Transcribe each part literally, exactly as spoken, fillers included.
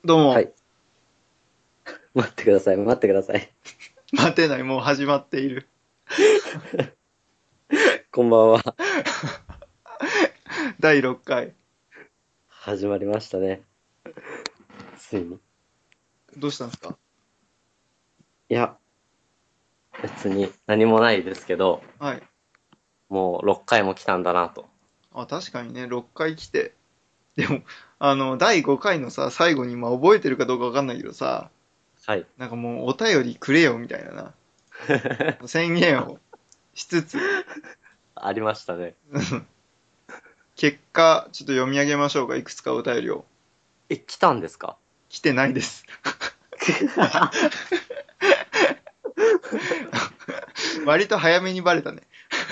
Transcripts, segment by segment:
どうも。 はい。待ってください、待ってください。 待てない、もう始まっている。 こんばんは。 だいろっかい。 始まりましたね。ついに。 どうしたんですか？ いや、別に何もないですけど、 はい。 もうろっかいも来たんだなと。 あ、確かにね、ろっかい来て。でも、あの、だいごかいのさ、最後に、まあ、覚えてるかどうかわかんないけどさ、 はい。 なんかもう、お便りくれよ、みたいなな。宣言をしつつ、 ありましたね。 結果、ちょっと読み上げましょうか、いくつかお便りを。 え、来たんですか？ 来てないです。割と早めにバレたね。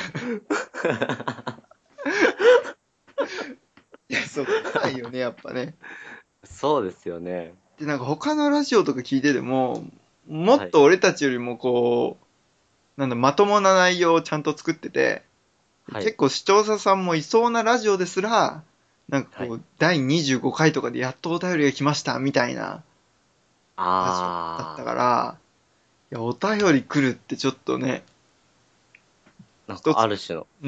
いや、そう、来ないよね、やっぱね。 そうですよね。 で、なんか他のラジオとか聞いてても、もはい。 っと俺たちよりもこう、なんだ、まともな内容をちゃんと作ってて、 はい。 結構視聴者さんもいそうなラジオですら、なんかはい。 こう、だいにじゅうごかいとかでやっとお便りが来ましたみたいなラジオだったあから、いや、お便り来るってちょっとね、 ー、なんか一つ、 ある種のうん、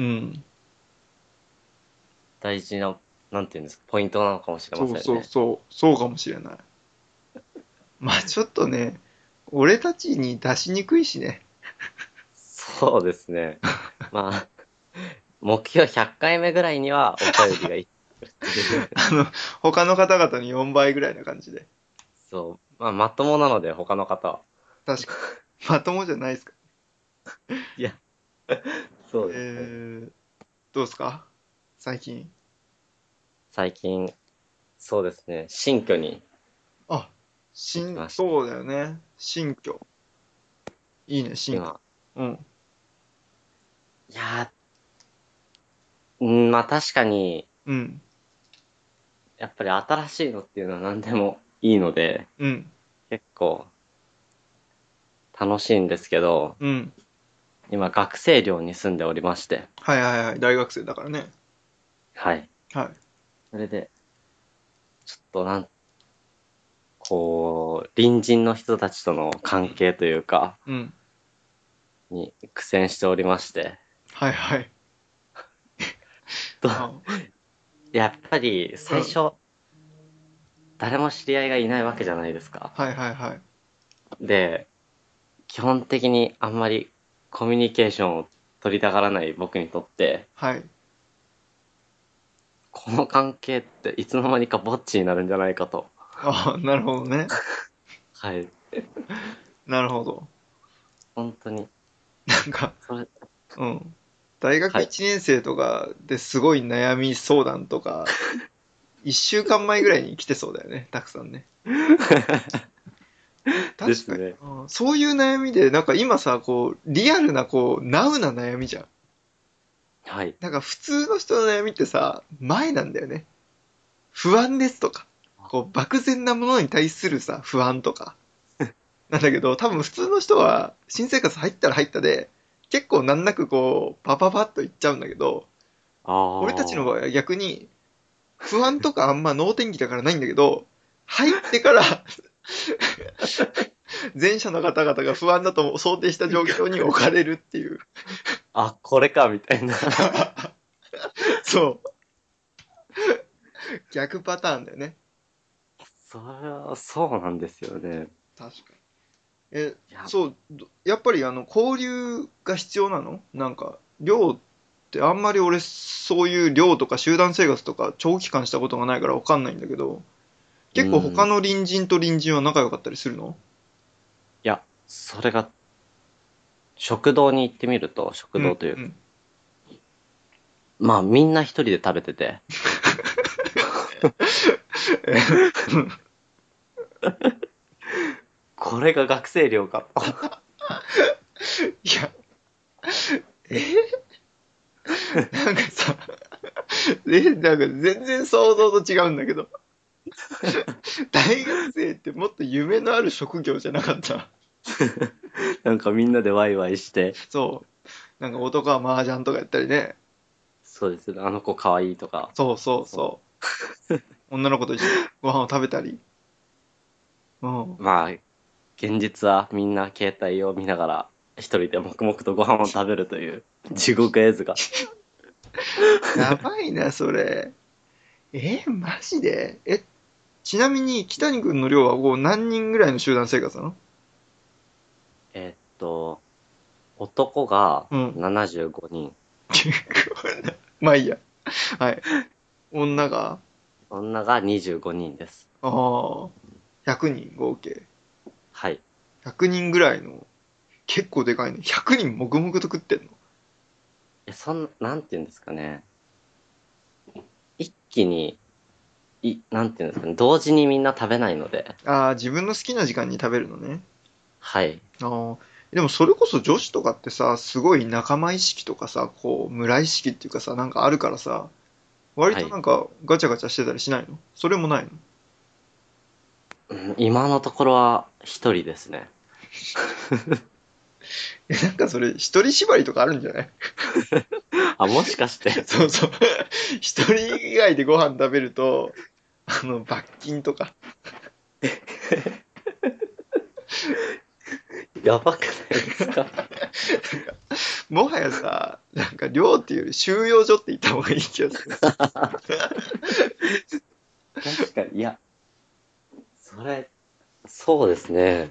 大事な、なんていうんですか、ポイントなのかもしれそうませんね。 そうそう、そうかもしれない。まあちょっとね、俺たちに出しにくいしね。 そうですね。まあ、目標ひゃっかいめぐらいにはお便りがいいっていう。 あの、他の方々のよんばいぐらいな感じで。 そう。まあ、まともなので、他の方は。 確かに。まともじゃないですか。 いや、そうですね。 えー、どうですか最近。 最近、そうですね、新居にあ、 行き新、 まして、 そうだよね。新居。いいね、新居。 今、 うん。 いやー、うんまあ確かに、 うん。 やっぱり新しいのっていうのは何でもいいので、 うん。 結構楽しいんですけど、 うん。 今学生寮に住んでおりまして、 はいはいはい。大学生だからね。 はい。 はい。 それで、ちょっとなん、こう、隣人の人たちとの関係というか、 うん。 に苦戦しておりまして、 はいはい。 と、 あ、 やっぱりうん。 最初、誰も知り合いがいないわけじゃないですか。 はいはいはい。 で、基本的にあんまりコミュニケーションを取りたがらない僕にとって、 はい。 この関係っていつの間にかぼっちになるんじゃないかと。 あ、なるほどね。 はい。 なるほど。 本当に。 なんか、 それ、 うん。大学はい。 いちねん生とかですごい悩み相談とか、いっしゅうかんまえぐらいに来てそうだよね。たくさんね。確かに。 ですね。 うん、そういう悩みで、なんか今さ、こう、リアルな、こう、ナウな悩みじゃん。 はい。 なんか普通の人の悩みってさ、前なんだよね。不安ですとか。こう、漠然なものに対するさ、不安とか。なんだけど、多分普通の人は、新生活入ったら入ったで、結構難なくこう、パパパッといっちゃうんだけど、俺たちの場合あは逆に、不安とかあんま脳天気だからないんだけど、入ってから前者の方々が不安だと想定した状況に置かれるっていう。 あ。あ、これか、みたいな。 そう。逆パターンだよね。 それは、そうなんですよね。 確かに。え、 いや、 そう、どやっぱりあの、交流が必要なのなんか、寮ってあんまり俺、そういう寮とか集団生活とか長期間したことがないからわかんないんだけど、 う結構他ん。 の隣人と隣人は仲良かったりするの？ いや、それが、食堂に行ってみると、食うん、 堂というか、 うん。 まあみんな一人で食べてて、これが学生寮かと。 いや、えなんかさ、え、なんか全然想像と違うんだけど、大学生ってもっと夢のある職業じゃなかった？ なんかみんなでワイワイして、 そう。なんか男は麻雀とかやったりね。 そうですね、あの子可愛いとか、 そうそうそう。 そう。女の子と一緒にご飯を食べたり。 うん。 まあ、現実はみんな携帯を見ながら、一人で黙々とご飯を食べるという地獄絵図が。 やばいな、それ。え、マジでえ、ちなみに北谷君の寮はこう何人ぐらいの集団生活なの？ えっと、男がうん。 ななじゅうごにん、 結構な。まあいいや。はい。女が、 女がにじゅうごにんです。 ああ、ひゃくにん合計。 はい。 ひゃくにんぐらいの、結構でかいね。ひゃくにん黙々と食ってんの？ え、そん、なんて言うんですかね。一気に、い、なんて言うんですかね。同時にみんな食べないので、 ああ、自分の好きな時間に食べるのね。 はい。 ああ、でもそれこそ女子とかってさ、すごい仲間意識とかさ、こう、村意識っていうかさ、なんかあるからさ、割はい。 となんかガチャガチャしてたりしないの？それもないの？ うん、今のところは一人ですね。 え、なんかそれ、一人縛りとかあるんじゃない？ あ、もしかして。 そうそう。一人以外でご飯食べると、あの、罰金とか。 やばくないですか？ もはやさ、なんか寮っていうより収容所って言った方がいい気がする。 確かに、いや、それ、そうですね。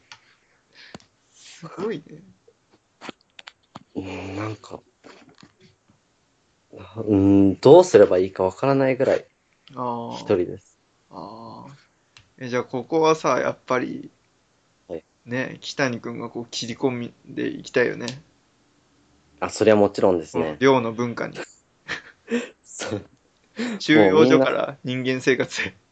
すごいね。 うん、なんか、うん、どうすればいいかわからないぐらい一あ人です。 あ、ああ。え、じゃあここはさ、やっぱり、 はい。 ね、北谷くんがこう切り込みでいきたいよね。 あ、それはもちろんですこのね。 寮の文化に。 そう、 収容もうみんな、 所から人間生活へ。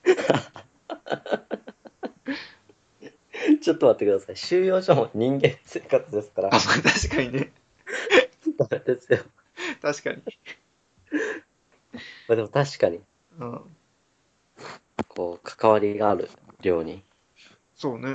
ちょっと待ってください。収容所も人間生活ですかあ、 ら、 まあ確かにね。 ダメですよ。 確かに。 まあでも確かに、 うん。 こう、関わりがある寮に。 そうね。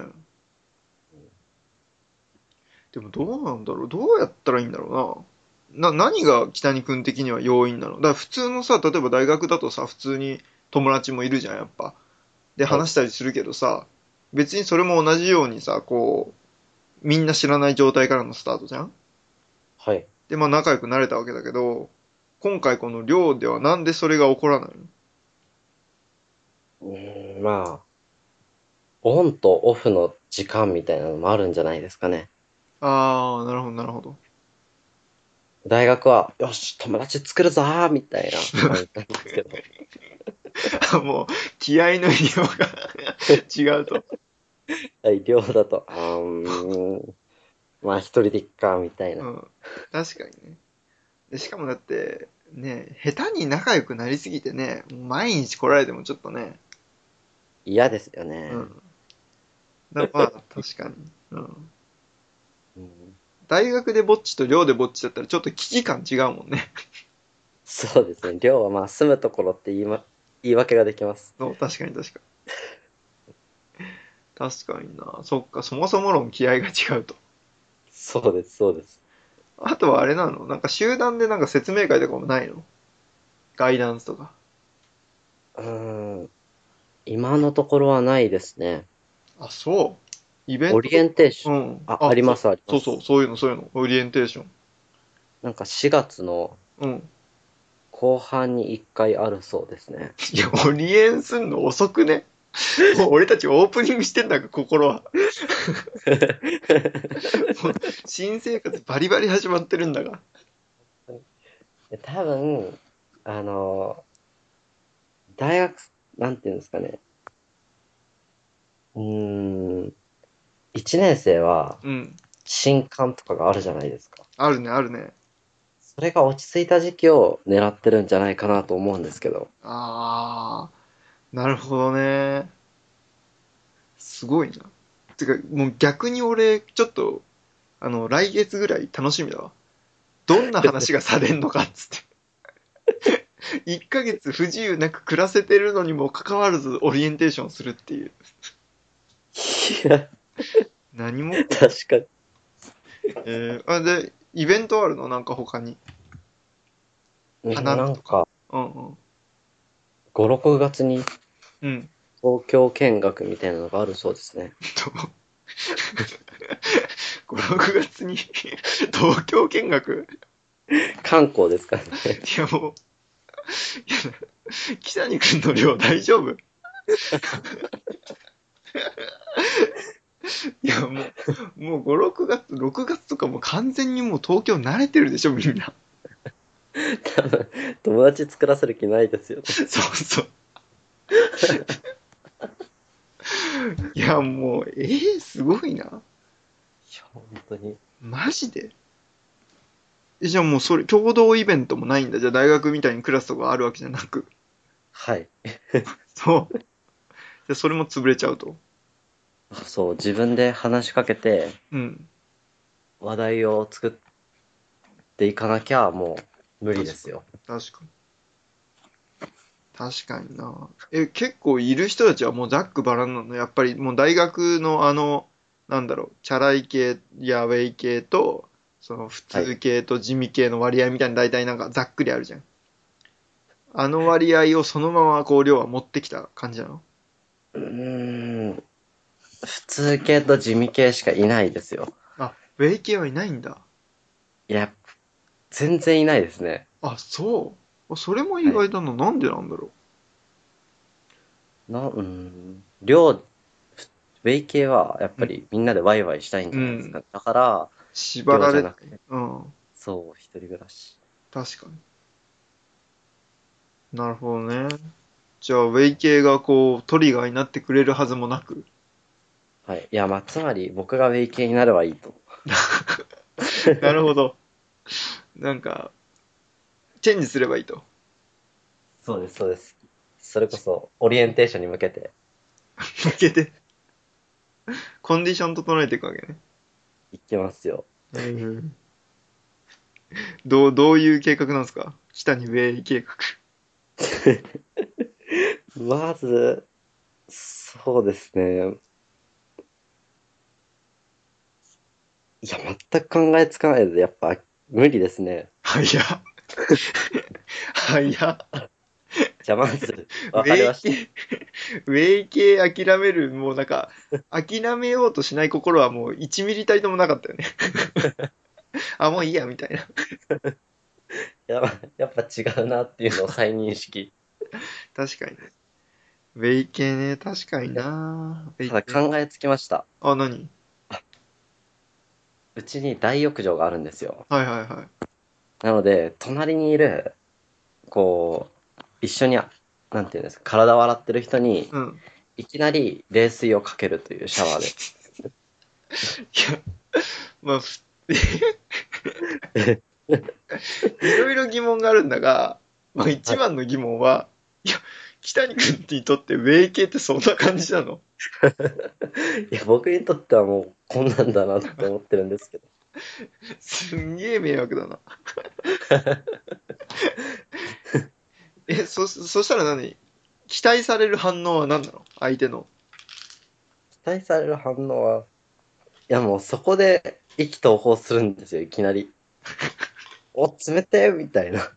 でもどうなんだろう。どうやったらいいんだろうな。な、何が北谷君的には要因なの？だから普通のさ、例えば大学だとさ、普通に友達もいるじゃん、やっぱ。で、 はい。 話したりするけどさ、別にそれも同じようにさ、こう、みんな知らない状態からのスタートじゃん。 はい。 で、まあ仲良くなれたわけだけど、今回この寮ではなんでそれが起こらないの？ うーん、まあ、オンとオフの時間みたいなのもあるんじゃないですかね。 あー、なるほど、なるほど。 大学は、よし、友達作るぞーみたいな感じなんですけど。 もう、気合の入れようが違うと。 はい、寮だと、あーん、まあ一人でいっか、みたいな。 うん。確かにね。で、しかもだって、ね、下手に仲良くなりすぎてね、毎日来られてもちょっとね、 嫌ですようん。 ね。 だまあ、確かに。うん。 うん、 大学でぼっちと寮でぼっちだったらちょっと危機感違うもんね。 そうですね。寮はまあ住むところって言いま、言い訳ができます。 そう、確かに確かに。確かにな。そっか、そもそも論気合が違うと。 そうです、そうです。 あとはあれなの？なんか集団でなんか説明会とかもないの？ガイダンスとか。 うーん、今のところはないですね。 あ、そう。イベンオリトとか。 エンテーション。 うん。 あ、ああ、そ、 ります、ありそうそう、 ます。 そういうの、そういうの。オリエンテーション。 なんかしがつのうん。 後半にいっかいあるそうですね。 いや、オリエンすんの遅くね？もう俺たちオープニングしてんだが、心は。もう新生活バリバリ始まってるんだが。 で多分、あの、大学、なんていうんですかね。うーん、いちねん生はうん。 新刊とかがあるじゃないですか。 あるね、あるね。 それが落ち着いた時期を狙ってるんじゃないかなと思うんですけど。 あー、なるほどね。すごいな。てか、もう逆に俺、ちょっと、あの、来月ぐらい楽しみだわ。どんな話がされんのかっつって。いっかげつ不自由なく暮らせてるのにもかかわらずオリエンテーションするっていう。 いや、 何も、 確かに。 えー、あ、で、イベントあるの？なんか他に。あ、 うん、 なんだとか。 なんか、 うんうん。 ご、ろくがつにうん。 東京見学みたいなのがあるそうですね。 とご、ろくがつに東京見学。 観光ですからね。 いやもう、いや北谷君の量大丈夫？いやもう、もうご、ろくがつ、ろくがつとかもう完全にもう東京慣れてるでしょ、みんな。 多分、友達作らせる気ないですよね。 そうそう。いやもう、えー、すごいな。 いや、本当に。 マジで？え、じゃあもうそれ、共同イベントもないんだ。じゃあ大学みたいにクラスとかあるわけじゃなく。 はい。 そう。で、それも潰れちゃうと。 そう、自分で話しかけて、 うん。 話題を作っていかなきゃもう無理確かですよ。 に。確かに。確かにな。え、結構いる人たちはもうざっくばらんなの？やっぱりもう大学のあの、なんだろう、チャラい系やウェイ系と、その普はい。 通系と地味系の割合みたいな大体なんかざっくりあるじゃん。あの割合をそのままこう量は持ってきた感じなの？ うーん、普通系と地味系しかいないですよ。 あ、ウェイ系はいないんだ。 いや、全然いないですね。 あ、そう。あそれも意はい。 外だな。なんでなんだろな、うーん、量、ウェイ系はやっう。うん。 ぱりみんなでワイワイしたいんうん。 じゃないですか。だから、量縛られて、 じゃなくて、 うん。 そう、一人暮らし。 確かに。なるほどね。じゃあ、ウェイ系がこう、トリガーになってくれるはずもなく。 はい。いや、まあ、つまり僕がウェイ系になればいいと。 なるほど。なんか、チェンジすればいいと。 そうです、そうです。それこそ、オリエンテーションに向けて向けて、コンディション整えていくわけね。 いきますよ。 うん。どう、どういう計画なんですか？北にウェイ計画。 まず、そうですね。いや、全く考えつかないので、やっぱ無理ですね。 早っ。早っ。 じゃあまず、 ウわかりました。 ェイ系、ウェイ系諦める、もうなんか、諦めようとしない心はもういちミリたりともなかったよね。あ、もういいや、みたいな。 やば、やっぱ違うなっていうのを再認識。 確かにね。ウェイ系ね、確かにで、 な。ウェイただ系。 考えつきました。 あ、何？ うちに大浴場があるんですよ。 はいはいはい。 なので、隣にいる、こう、一緒に、なんていうんですか、体を洗ってる人に、 うん。 いきなり冷水をかけるというシャワーで。 いや、まあ、ふいろいろ疑問があるんだが、まあはい。 一番の疑問は、いや、北谷君にとってウェイ系ってそんな感じなの？ いや、僕にとってはもう、こんなんだなって思ってるんですけど。 すんげえ迷惑だな。え、そ、そしたら何？期待される反応は何なの？相手の。 期待される反応は、いやもうそこで意気投合するんですよ、いきなり。お、冷てみたいな。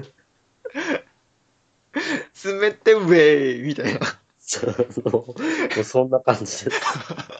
冷てウェイみたいな。 そうもうそんな感じです。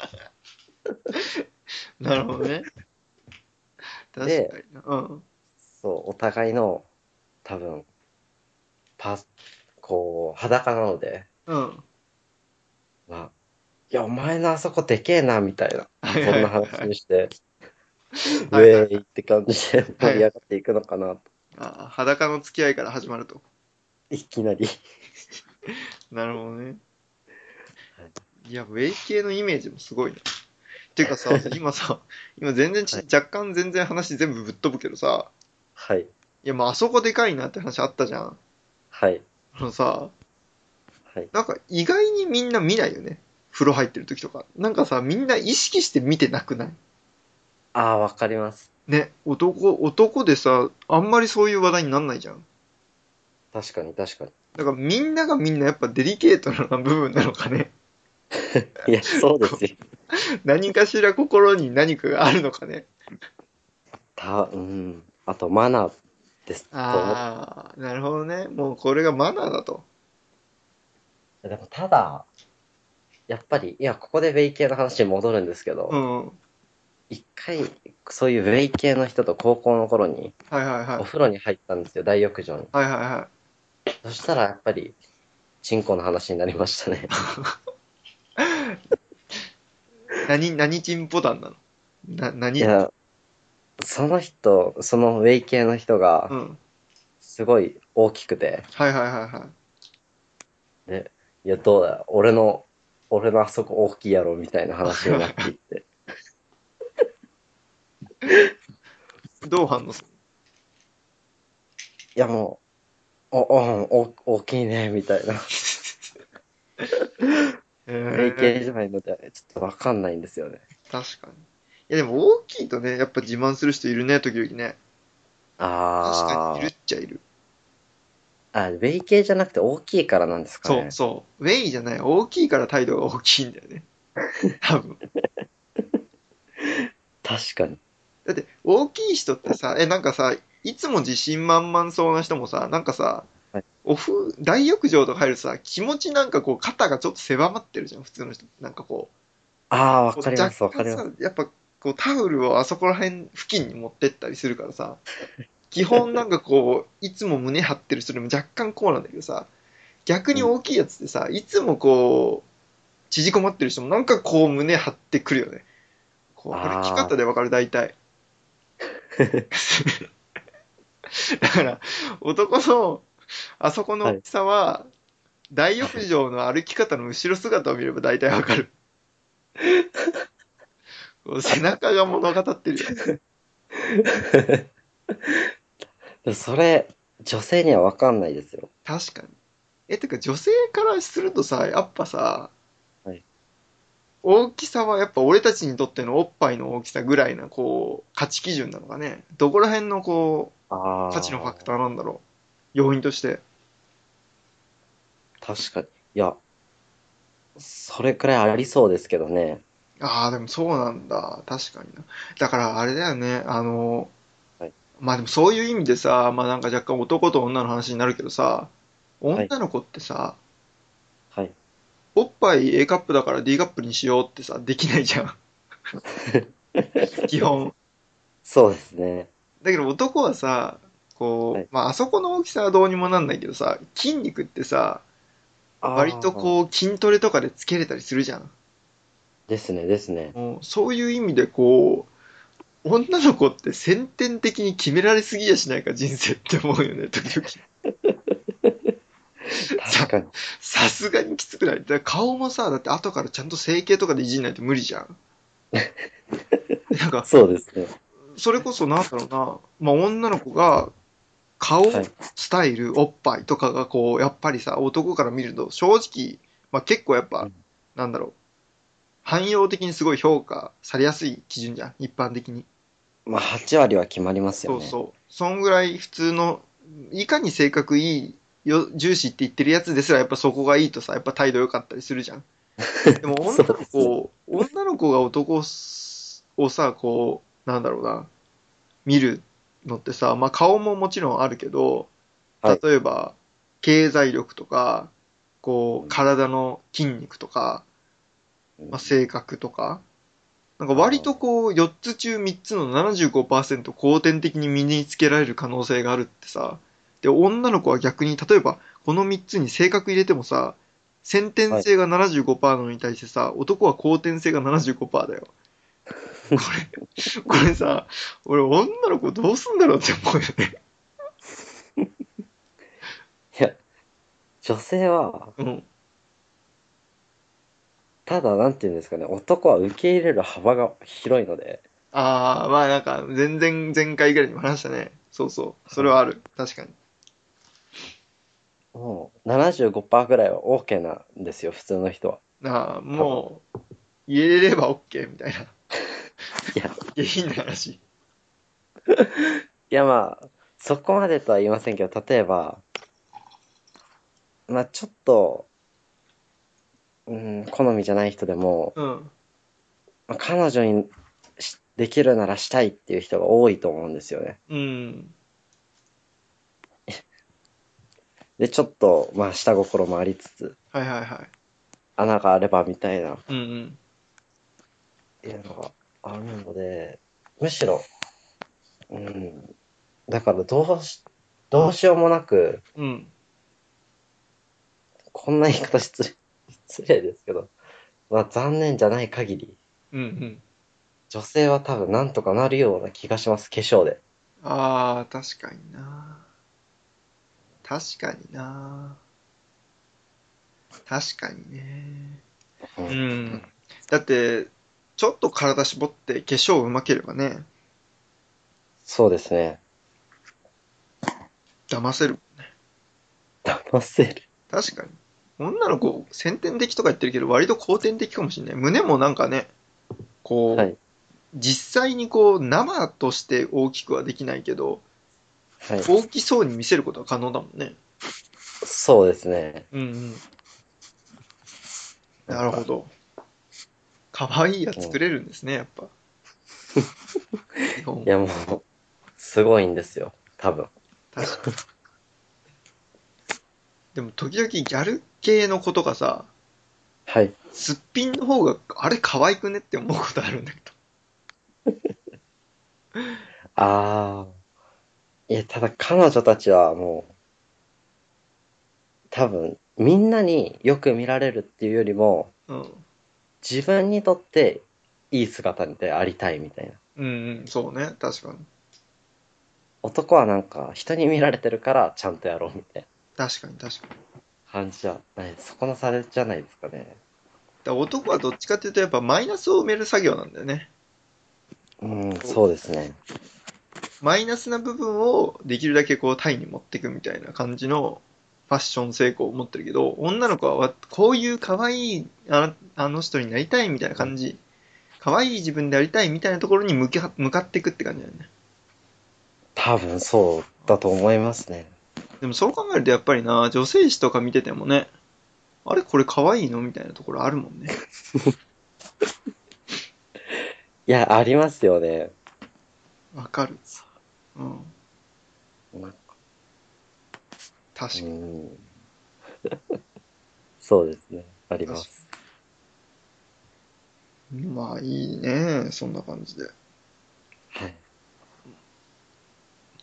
なるほどね。確かで、 にな。うん。 そう、お互いの、多分、パス、こう、裸なので、 うん。 まあ、いや、お前のあそこでけえな、みたいな。 はいはいそんなはいはい。 話にして、ウはいはいはい。 ェーイって感じで盛はいはい。 り上がっていくのかなと。 あ、裸の付き合いから始まると。 いきなり。 なるほどね。 はい。 いや、ウェイ系のイメージもすごいな。ていうかさ、今さ、今全然ち、 はい。 若干全然話全部ぶっ飛ぶけどさ、 はい。 いや、まああそこでかいなって話あったじゃん。 はい。 あのさ、 はい。 なんか意外にみんな見ないよね。風呂入ってる時とか。なんかさ、みんな意識して見てなくない？ ああ、わかります。 ね、男、男でさ、あんまりそういう話題になんないじゃん。 確かに、確かに。 だからみんながみんなやっぱデリケートな部分なのかね。 いや、そうでこすよ。 何かしら心に何かがあるのかね。 た、うん。あと、マナーですと思っあー、なるほどね。もうこれがマナーだと。 て。でも、ただ、 やっぱり、いや、ここでウェイ系の話に戻るんですけど、 うん。 一回、そういうウェイ系の人と高校の頃に、 はいはいはい。 お風呂に入ったんですよ、大浴場に。 はいはいはい。 そしたら、やっぱり、チンコの話になりましたね。 何、何チンポタンなの？な、何？ いや、その人、そのウェイ系の人が、 うん。 すごい大きくて、 はいはいはいはい。 で、いや、どうだ、俺の、俺のあそこ大きいやろ、みたいな話になっていって。 どう反応する？ いや、もう、お、お、お、大きいね、みたいな。 へウェイ系え、 じゃないので、ちょっとわかんないんですよね。 確かに。いやでも大きいとね、やっぱ自慢する人いるね、時々ね。確かにいるあっちゃいる。 ー、あ、ウェイ系じゃなくて大きいからなんですかそうね。 そう。ウェイじゃない。大きいから態度が大きいんだよね。多分。 確かに。 だって、大きい人ってさ、え、なんかさ、いつも自信満々そうな人もさ、なんかさ、 はい、 お風、大浴場とか入るとさ、気持ちなんかこう、肩がちょっと狭まってるじゃん、普通の人。なんかこあー、わう、こうかります、わか若干さ、 ります。 やっぱ、こう、タオルをあそこら辺付近に持ってったりするからさ、基本なんかこう、いつも胸張ってる人でも若干こうなんだけどさ、逆うん。 に大きいやつってさ、いつもこう、縮こまってる人もなんかこう胸張ってくるよね。こう、歩きあ方でわかる、大体。 ー。 だから、男のあそこのはい。 大きさは、大浴はい。 場の歩き方の後ろ姿を見れば大体わかる。こう背中が物語ってるよね。 でそれ、女性にはわかんないですよ。 確かに。え、てか女性からするとさ、やっぱさ、 はい。 大きさはやっぱ俺たちにとってのおっぱいの大きさぐらいな、こう、価値基準なのかね。どこら辺のこう、価値のファクターあなんだろう。要因として。 ー、確かに。いや、それくらいありそうですけどね。 ああ、でもそうなんだ。確かにな。だからあれだよね。あの、 はい。 まあでもそういう意味でさ、まあなんか若干男と女の話になるけどさ、 はい。 女の子ってさ、 はい。 おっぱい A カップだから D カップにしようってさ、できないじゃん。基本。 そうですね。 だけど男はさ、こはい。 う、まああそこの大きさはどうにもなんないけどさ、筋肉ってさ、割とああ、 こう筋トレとかでつけれたりするじゃん。 ですね、ですね。 もうそういう意味でこう、女の子って先天的に決められすぎやしないか人生って思うよね、時々。さ、 確かに。 さすがにきつくない？だから顔もさ、だって後からちゃんと整形とかでいじんないと無理じゃん。なんか、 そうですね。 それこそなんだろうな、まあ女の子が顔、 はい。 スタイル、おっぱいとかがこう、やっぱりさ、男から見ると正直、まあ結構やっぱ、 うん。 なんだろう、汎用的にすごい評価されやすい基準じゃん、一般的に。 まあ、はち割は決まりますよね。 そうそう。そんぐらい普通の、いかに性格いいよ、重視って言ってるやつですらやっぱそこがいいとさ、やっぱ態度良かったりするじゃん。でも女のそうですね。 子、女の子が男をさ、こう、なんだろうな、見るのってさ、まあ顔ももちろんあるけど、 はい。 例えば経済力とか、こう、 うん。 体の筋肉とか、まあ、 うん。 性格とか、なんか割あとこう、よっつ中みっつのななじゅうごパーセント後天的に身につけられる可能性があるってさ、で、女の子は逆に、例えばこのみっつに性格入れてもさ、先あ、はい。 天性がななじゅうごパーセントなのに対してさ、男は後天性がななじゅうごパーセントだよ。これ、これさ、俺女の子どうすんだろうって思うよね。 いや、女性は、 うん。 ただ、なんていうんですかね、男は受け入れる幅が広いので、 ああ、まあなんか、全然前回ぐらいにも話したね。そうそう。そはい。 れはある。確かに。 もう、ななじゅうごパーセントぐらいは OK なんですよ、普通の人は。 ああ、 多分。 もう、入れれば OK みたいな。 いや、 下品な話。 いやまあ、そこまでとは言いませんけど、例えば、まあちょっと、うん、好みじゃない人でも、 うん。 まあ彼女にしできるならしたいっていう人が多いと思うんですよね。 うん。 で、ちょっと、まあ下心もありつつ、 はいはいはい。 穴があればみたいな、 うんうん。 いうのがあるので、むしろ、うん、だからどうし、どうしようもなく、 うん。 こんな言い方失礼、失礼ですけど、まあ残念じゃない限り、 うんうん。 女性は多分なんとかなるような気がします、化粧で。 ああ、確かにな。確かにな。確かにね。 うん。 うん。だって、ちょっと体絞って化粧うまければね、 そうですね。 騙せる。 騙せる。 確かに。女の子、先天的とか言ってるけど、割と後天的かもしれない。胸もなんかね、こう、 はい。 実際にこう、生として大きくはできないけど、 はい。 大きそうに見せることは可能だもんね。 そうですね。 うんうん。 なんか、 なるほど。可愛いやつうん。い作れるんですね、やっぱ。基本。 やもう、すごいんですよ。多分。 確かに。でも時々ギャル系の子とかさ、 はい。 すっぴんの方が、あれ可愛くねって思うことあるんだけど。 ああ。いや、ただ彼女たちはもう、多分、みんなによく見られるっていうよりも、 うん。 自分にとっていい姿でありたいみたいな。 うんうん、そうね。確かに。 男はなんか、人に見られてるからちゃんとやろうみたいな確かに確かに。 感じじゃない。そこの差じゃないですかね。 だから男はどっちかっていうとやっぱマイナスを埋める作業なんだよね。 うん、 こうそうですね。 マイナスな部分をできるだけこうタイに持っていくみたいな感じのファッション成功を持ってるけど、女の子はわこういう可愛いあのあの人になりたいみたいな感じ、可愛い自分でありたいみたいなところに向け向かっていくって感じだよね。 多分そうだと思いますね。 でもそう考えるとやっぱりな、女性誌とか見ててもね、あれこれ可愛いのみたいなところあるもんね。 いや、ありますよね。 わかる。うん。 なんかう確かん、そうですね。ありに。確かます。 に。まあいいね。そんな感じで。